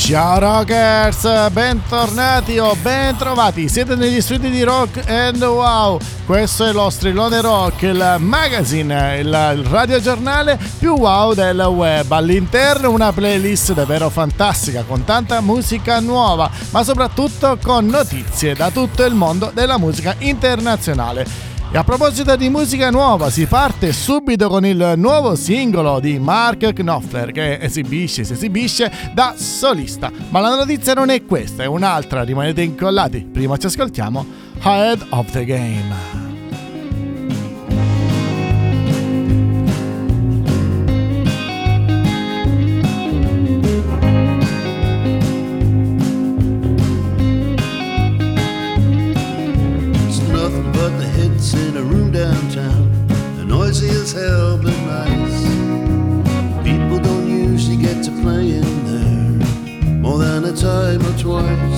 Ciao Rockers, bentornati o bentrovati, siete negli studi di Rock and Wow. Questo è lo Strillone Rock, il magazine, il radiogiornale più wow del web. All'interno una playlist davvero fantastica con tanta musica nuova, ma soprattutto con notizie da tutto il mondo della musica internazionale. E a proposito di musica nuova, si parte subito con il nuovo singolo di Mark Knopfler che si esibisce da solista. Ma la notizia non è questa, è un'altra, rimanete incollati. Prima ci ascoltiamo Head of the Game. In a room downtown, the noisy as hell but nice. People don't usually get to play in there more than a time or twice.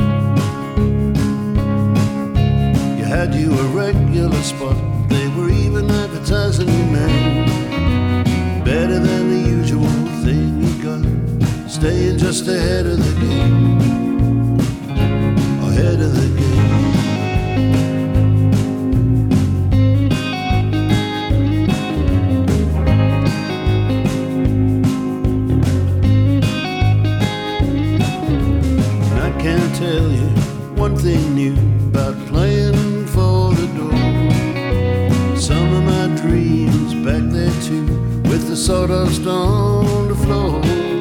You had you a regular spot, they were even advertising your name. Better than the usual thing you got, staying just ahead of the game. Ahead of the game. Tell you one thing new about playing for the door. Some of my dreams back there too, with the sawdust on the floor.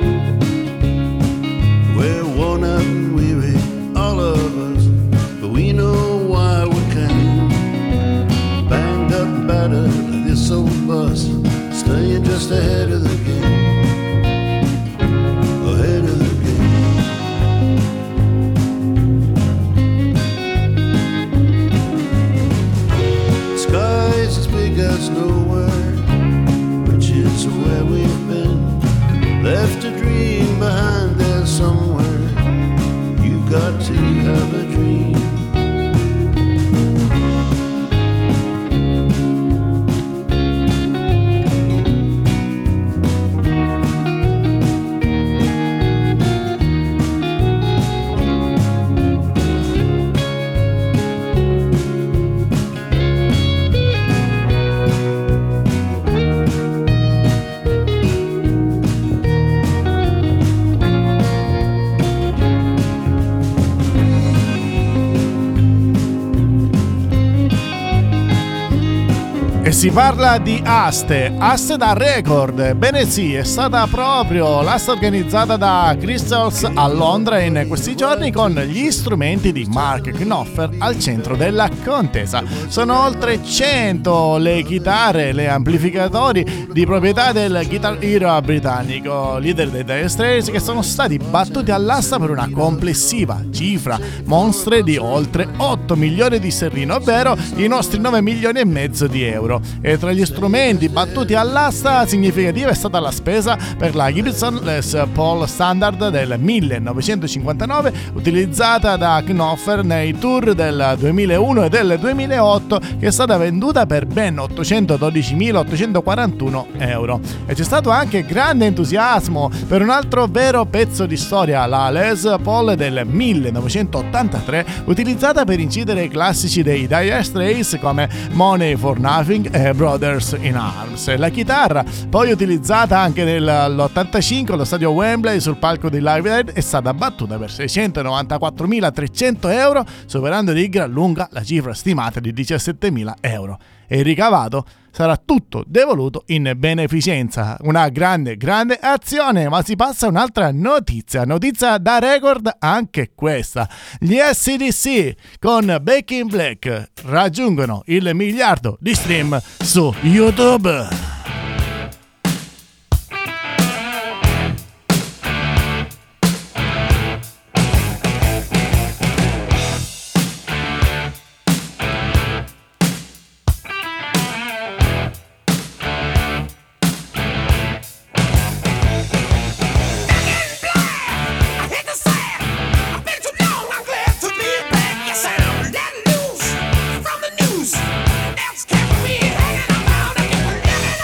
We're worn out and weary, all of us, but we know why we came. Banged up and battered like this old bus, staying just ahead of the game. Ahead of the game. As nowhere, which is where we've been. Left a dream behind there somewhere. You got to have a dream. E si parla di aste da record. Bene sì, è stata proprio l'asta organizzata da Crystals a Londra in questi giorni con gli strumenti di Mark Knopfler al centro della contesa. Sono oltre 100 le chitarre, le amplificatori di proprietà del Guitar Hero britannico, leader dei Dire Straits, che sono stati battuti all'asta per una complessiva cifra monstre di oltre 8 milioni di sterline, ovvero i nostri 9 milioni e mezzo di euro. E tra gli strumenti battuti all'asta significativa è stata la spesa per la Gibson Les Paul Standard del 1959, utilizzata da Knopfler nei tour del 2001 e del 2008, che è stata venduta per ben 812.841 euro. E c'è stato anche grande entusiasmo per un altro vero pezzo di storia, la Les Paul del 1983, utilizzata per incidere i classici dei Dire Straits come Money for Nothing e Brothers in Arms. La chitarra, poi utilizzata anche nell'85 allo stadio Wembley sul palco di Live Aid, è stata battuta per 694.300 euro, superando di gran lunga la cifra stimata di 17.000 euro. E il ricavato sarà tutto devoluto in beneficenza. Una grande azione. Ma si passa a un'altra notizia da record anche questa. Gli AC/DC con Back in Black raggiungono il 1 miliardo di stream su YouTube. That's kept me hanging around.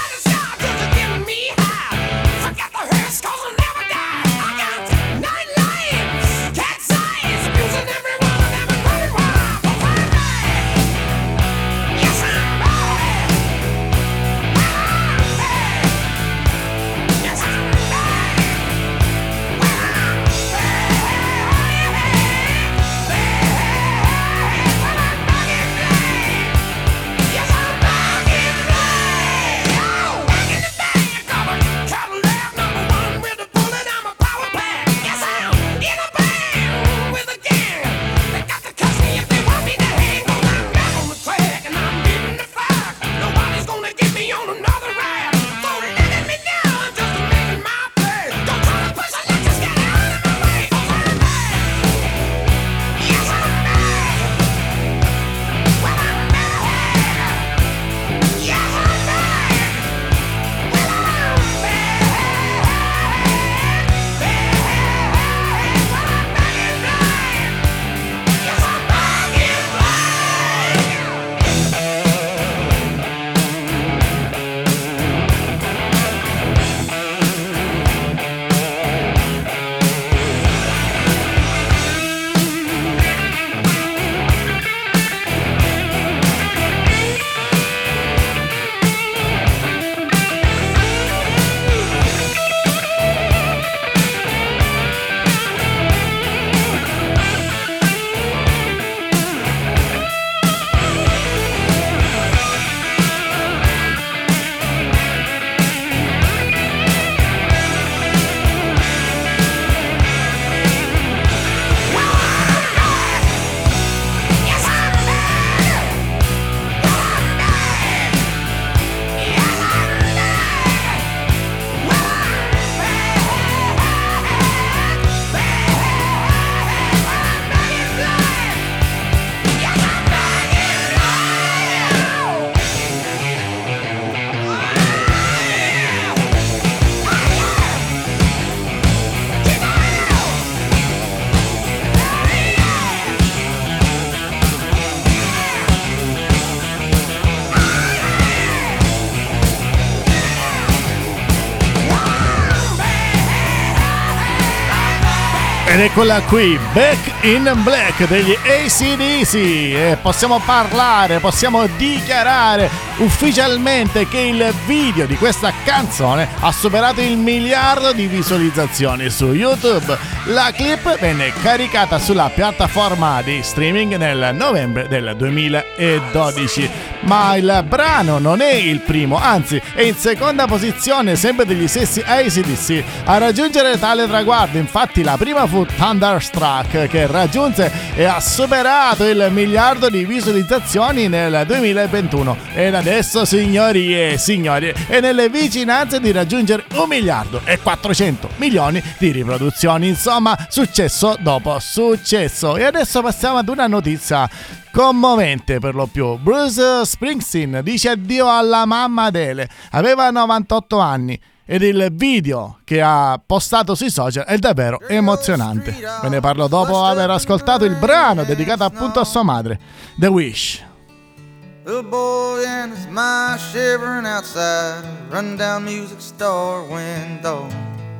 Ed eccola qui, Back in Black degli AC/DC, e possiamo dichiarare ufficialmente che il video di questa canzone ha superato il 1 miliardo di visualizzazioni su YouTube. La clip venne caricata sulla piattaforma di streaming nel novembre del 2012, ma il brano non è il primo, anzi è in seconda posizione sempre degli stessi AC/DC a raggiungere tale traguardo. Infatti la prima fu Thunderstruck, che raggiunse e ha superato il 1 miliardo di visualizzazioni nel 2021, ed adesso, signori e signori, è nelle vicinanze di raggiungere 1 miliardo e 400 milioni di riproduzioni. Insomma, successo dopo successo. E adesso passiamo ad una notizia commovente per lo più. Bruce Springsteen dice addio alla mamma Adele. Aveva 98 anni ed il video che ha postato sui social è davvero emozionante. Ve ne parlo dopo aver ascoltato il brano dedicato appunto a sua madre, The Wish. Little boy and his mind shivering outside a rundown music store window.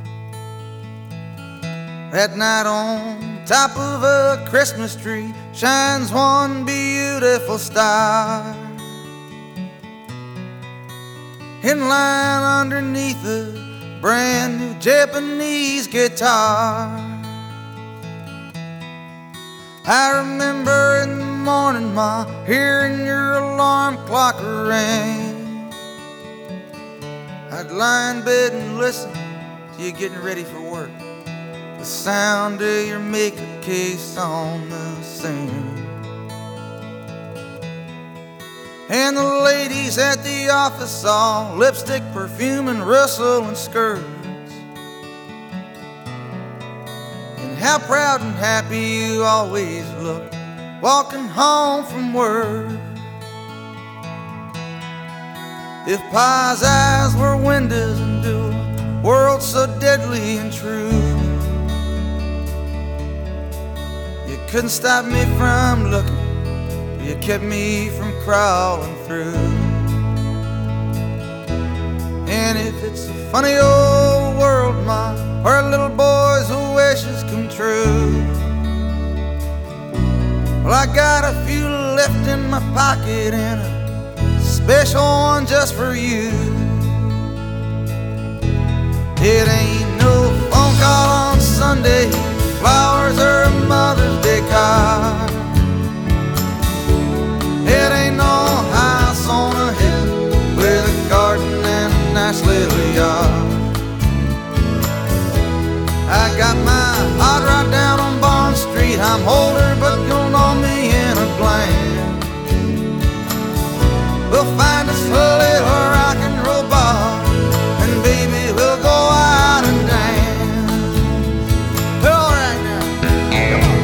At night on top of a Christmas tree shines one beautiful star. In line underneath a brand new Japanese guitar. I remember in the morning, Ma, hearing your alarm clock ring. I'd lie in bed and listen to you getting ready for work. The sound of your makeup case on the sink. And the ladies at the office all lipstick, perfume, and rustling skirts. And how proud and happy you always look walking home from work. If Pa's eyes were windows into a world so deadly and true, you couldn't stop me from looking. You kept me from crawling through. And if it's a funny old world, Ma, where little boys' wishes come true, well, I got a few left in my pocket and a special one just for you. It ain't no phone call on Sunday, flowers or a Mother's Day card. It ain't no house on a hill with a garden and a nice little yard. I got my heart right down on Bond Street. I'm older, but you'll know me in a glance. We'll find us a little rock and roll bar, and baby, we'll go out and dance. All right now, come on.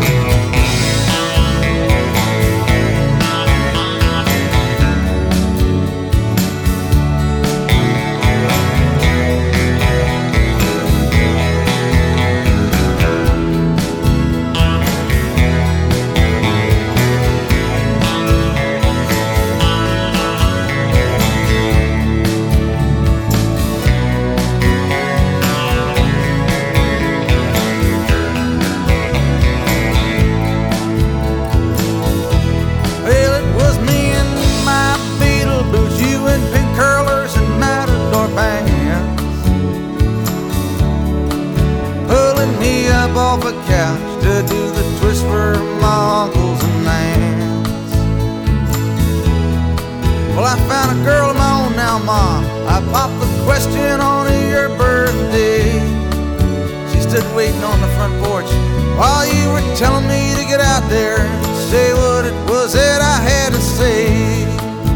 Off a couch to do the twist for my uncles and aunts. Well, I found a girl of my own now, Mom. I popped the question on your birthday. She stood waiting on the front porch while you were telling me to get out there and say what it was that I had to say.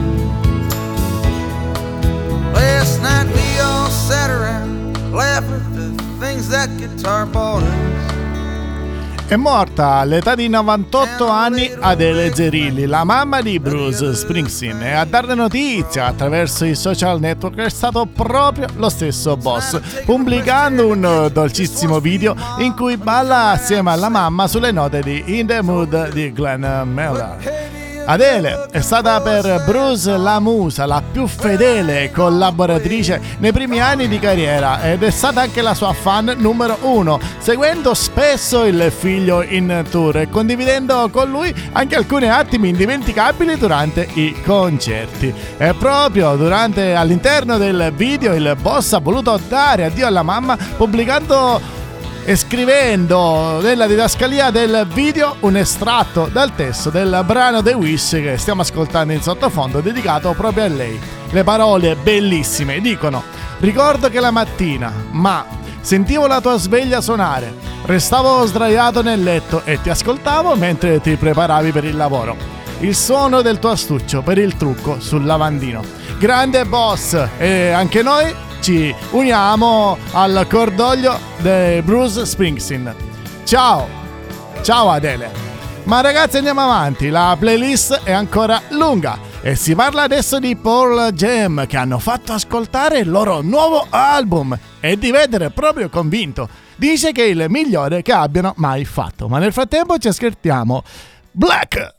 Last night we all sat around, laughed at the things that guitar bought us. È morta all'età di 98 anni Adele Zerilli, la mamma di Bruce Springsteen, e a darne notizia attraverso i social network è stato proprio lo stesso boss, pubblicando un dolcissimo video in cui balla assieme alla mamma sulle note di In the Mood di Glenn Miller. Adele è stata per Bruce la musa, la più fedele collaboratrice nei primi anni di carriera ed è stata anche la sua fan numero 1, seguendo spesso il figlio in tour e condividendo con lui anche alcuni attimi indimenticabili durante i concerti. E proprio all'interno del video il boss ha voluto dare addio alla mamma pubblicando e scrivendo nella didascalia del video un estratto dal testo del brano The Wish che stiamo ascoltando in sottofondo, dedicato proprio a lei. Le parole bellissime dicono: ricordo che la mattina, sentivo la tua sveglia suonare, restavo sdraiato nel letto e ti ascoltavo mentre ti preparavi per il lavoro. Il suono del tuo astuccio per il trucco sul lavandino. Grande boss, e anche noi ci uniamo al cordoglio di Bruce Springsteen. Ciao Adele. Ma ragazzi, andiamo avanti, la playlist è ancora lunga e si parla adesso di Pearl Jam, che hanno fatto ascoltare il loro nuovo album e di vedere proprio convinto. Dice che è il migliore che abbiano mai fatto, ma nel frattempo ci ascoltiamo Black.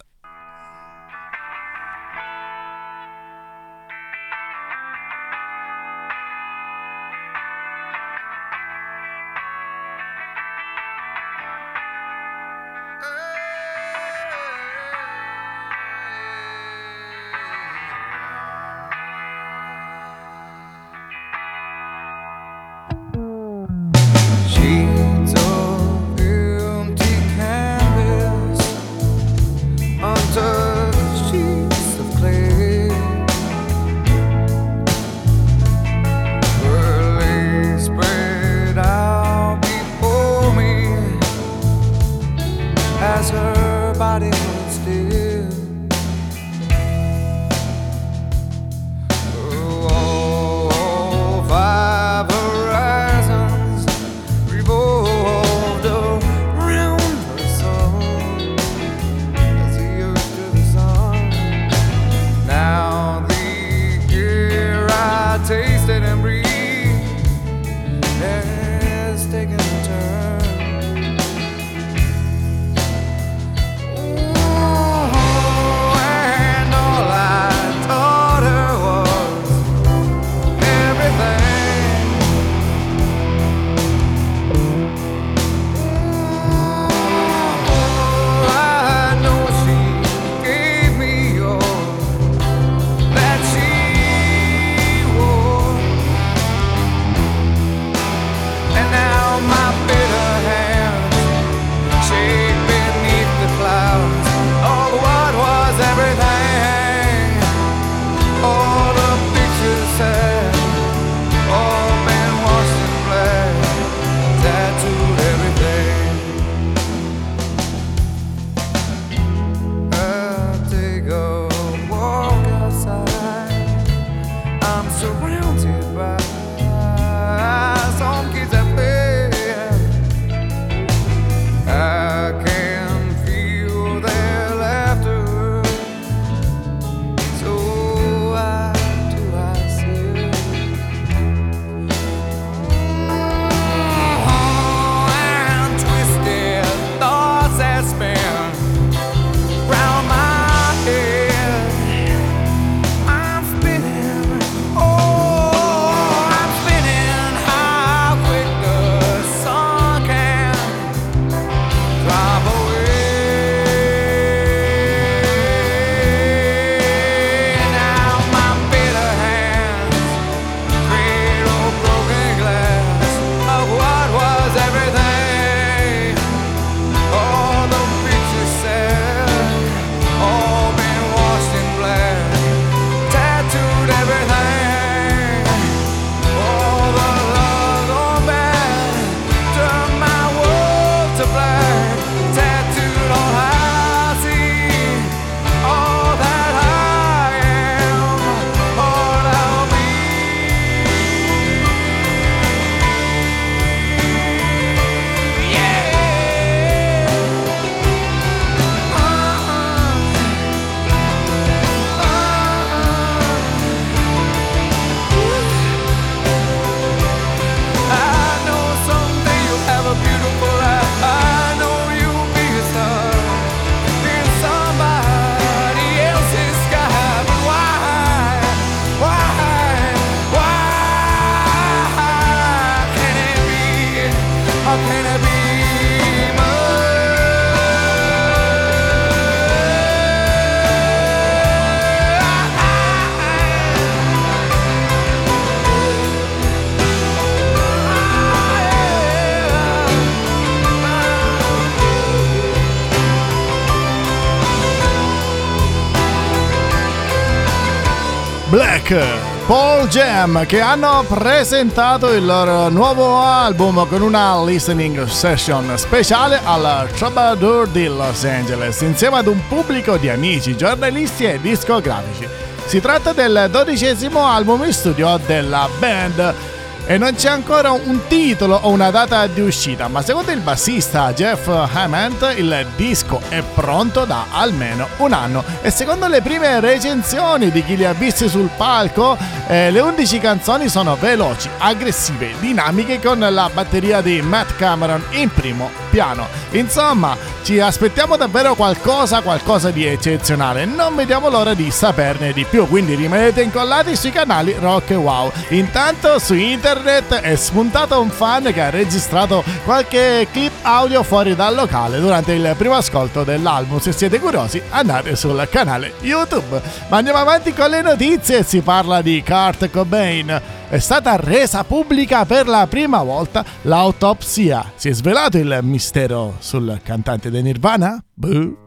Black, Pearl Jam, che hanno presentato il loro nuovo album con una listening session speciale al Troubadour di Los Angeles insieme ad un pubblico di amici, giornalisti e discografici. Si tratta del 12° album in studio della band e non c'è ancora un titolo o una data di uscita, ma secondo il bassista Jeff Hammond il disco è pronto da almeno un anno e secondo le prime recensioni di chi li ha visti sul palco le 11 canzoni sono veloci, aggressive, dinamiche con la batteria di Matt Cameron in primo piano. Insomma, ci aspettiamo davvero qualcosa di eccezionale, non vediamo l'ora di saperne di più, quindi rimanete incollati sui canali Rock Wow. Intanto su internet è spuntato un fan che ha registrato qualche clip audio fuori dal locale durante il primo ascolto dell'album. Se siete curiosi andate sul canale YouTube. Ma andiamo avanti con le notizie. Si parla di Kurt Cobain. È stata resa pubblica per la prima volta l'autopsia. Si è svelato il mistero sul cantante dei Nirvana? Buh.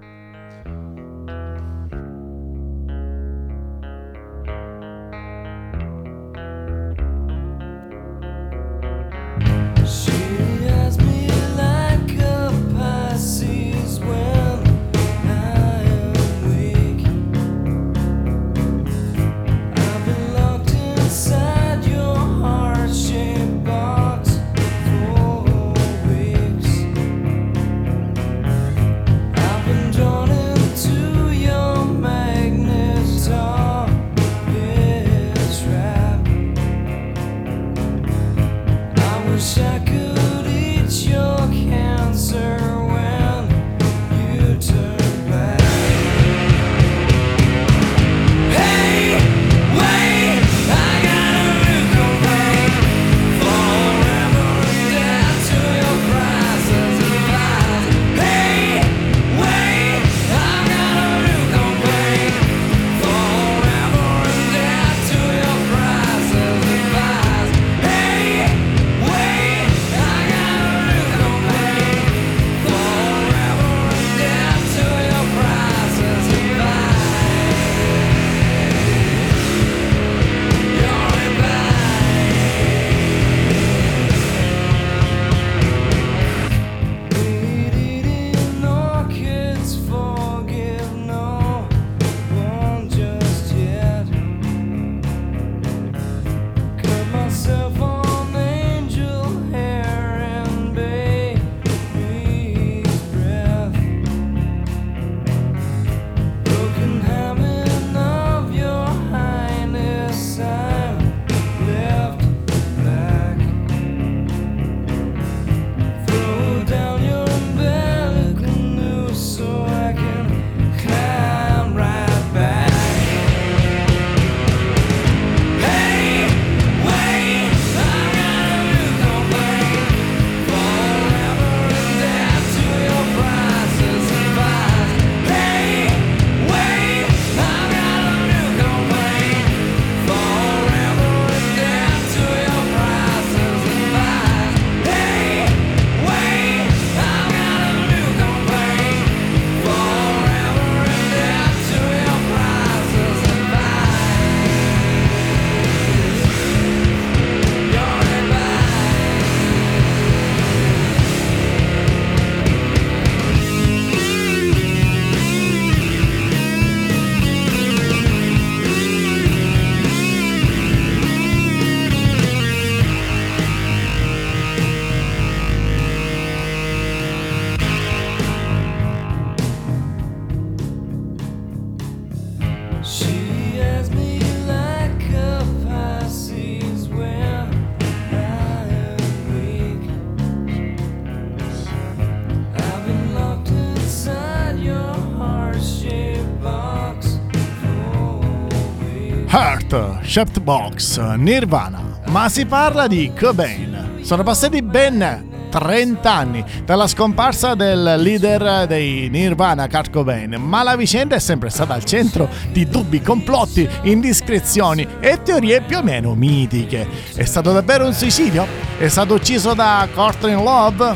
Heart, Shaped Box, Nirvana. Ma si parla di Cobain. Sono passati ben 30 anni dalla scomparsa del leader dei Nirvana, Kurt Cobain, ma la vicenda è sempre stata al centro di dubbi, complotti, indiscrezioni e teorie più o meno mitiche. È stato davvero un suicidio? È stato ucciso da Courtney Love?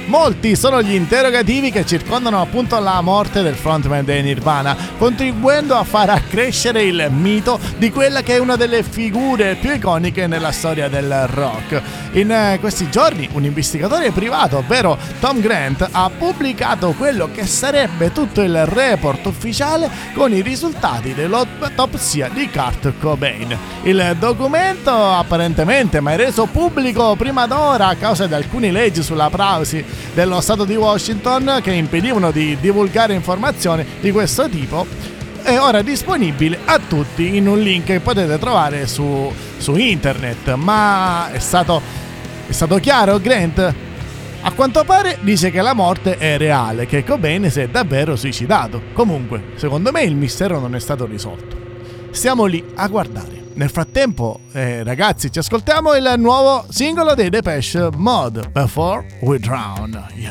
Molti sono gli interrogativi che circondano appunto la morte del frontman dei Nirvana, contribuendo a far accrescere il mito di quella che è una delle figure più iconiche nella storia del rock. In questi giorni un investigatore privato, ovvero Tom Grant, ha pubblicato quello che sarebbe tutto il report ufficiale con i risultati dell'autopsia di Kurt Cobain. Il documento, apparentemente mai reso pubblico prima d'ora a causa di alcune leggi sulla privacy dello Stato di Washington che impedivano di divulgare informazioni di questo tipo, è ora disponibile a tutti in un link che potete trovare su internet. Ma è stato chiaro Grant? A quanto pare dice che la morte è reale, che Cobain si è davvero suicidato. Comunque, secondo me il mistero non è stato risolto. Stiamo lì a guardare. Nel frattempo, ragazzi, ci ascoltiamo il nuovo singolo dei Depeche Mode, Before We Drown. Yeah.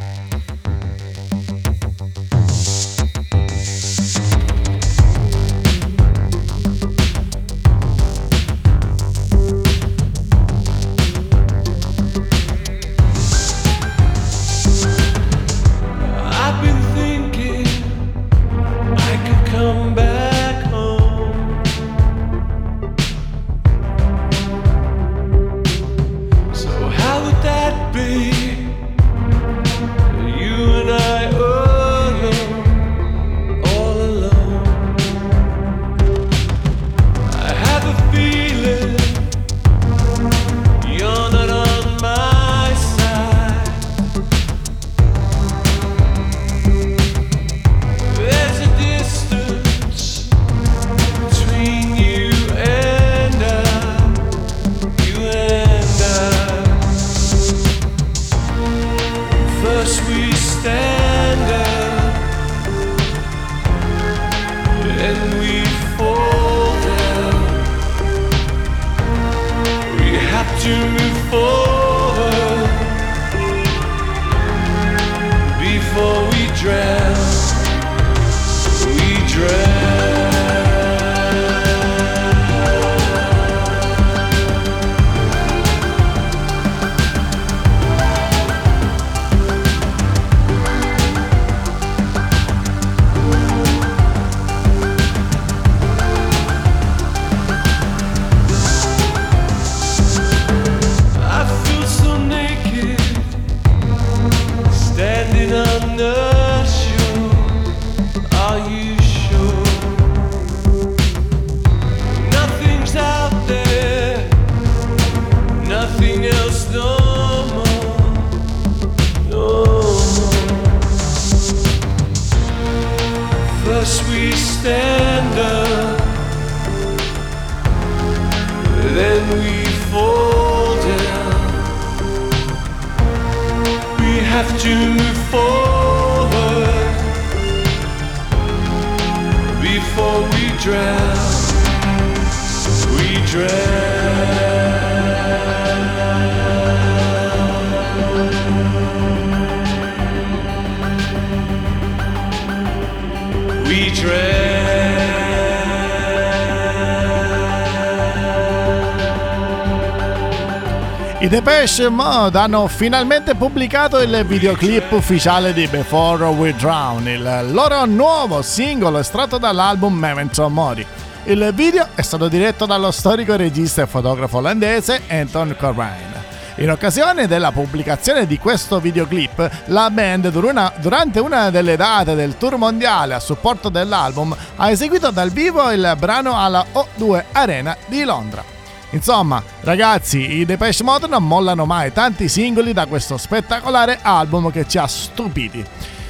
I Depeche Mode hanno finalmente pubblicato il videoclip ufficiale di Before We Drown, il loro nuovo singolo estratto dall'album Memento Mori. Il video è stato diretto dallo storico regista e fotografo olandese Anton Corbijn. In occasione della pubblicazione di questo videoclip, la band durante una delle date del tour mondiale a supporto dell'album ha eseguito dal vivo il brano alla O2 Arena di Londra. Insomma, ragazzi, i Depeche Mode non mollano mai, tanti singoli da questo spettacolare album che ci ha stupiti.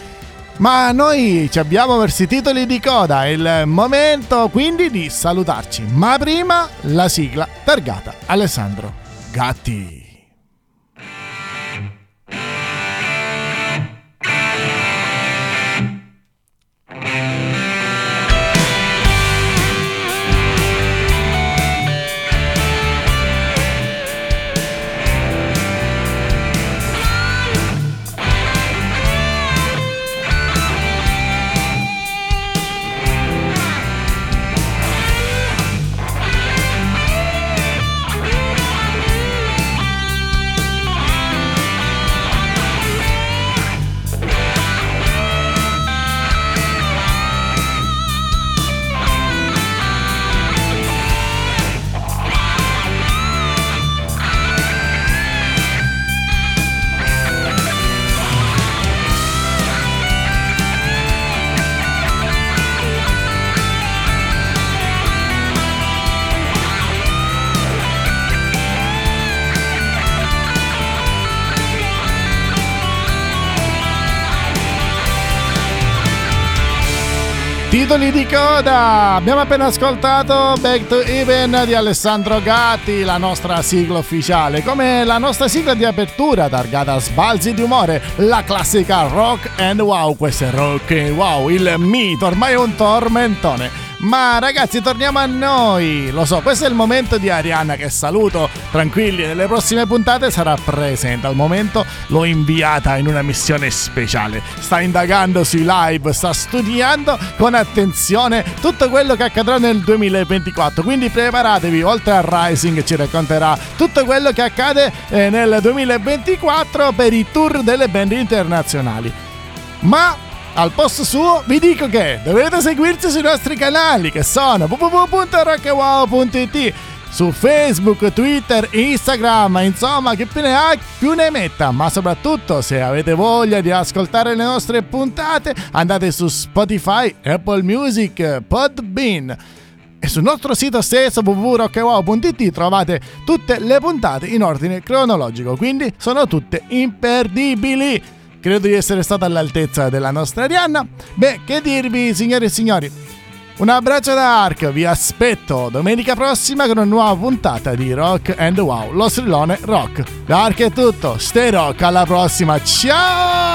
Ma noi ci abbiamo verso i titoli di coda, è il momento quindi di salutarci. Ma prima la sigla targata Alessandro Gatti. titoli di coda. Abbiamo appena ascoltato Back to Even di Alessandro Gatti, la nostra sigla ufficiale, come la nostra sigla di apertura targata a sbalzi di umore, la classica Rock and Wow. Questo è Rock and Wow, il mito, ormai è un tormentone. Ma ragazzi, torniamo a noi. Lo so, questo è il momento di Arianna, che saluto. Tranquilli, nelle prossime puntate sarà presente. Al momento l'ho inviata in una missione speciale. Sta indagando sui live, sta studiando con attenzione tutto quello che accadrà nel 2024. Quindi preparatevi, oltre a Rising ci racconterà tutto quello che accade nel 2024 per i tour delle band internazionali. Ma al posto suo vi dico che dovete seguirci sui nostri canali, che sono www.rockandwow.it, su Facebook, Twitter, Instagram, insomma, che più ne ha più ne metta. Ma soprattutto, se avete voglia di ascoltare le nostre puntate, andate su Spotify, Apple Music, Podbean e sul nostro sito stesso www.rockandwow.it trovate tutte le puntate in ordine cronologico, quindi sono tutte imperdibili. Credo di essere stata all'altezza della nostra Arianna. Beh, che dirvi, signore e signori, un abbraccio da Ark, vi aspetto domenica prossima con una nuova puntata di Rock and Wow, lo strillone rock. Da Ark è tutto, stay rock, alla prossima, ciao!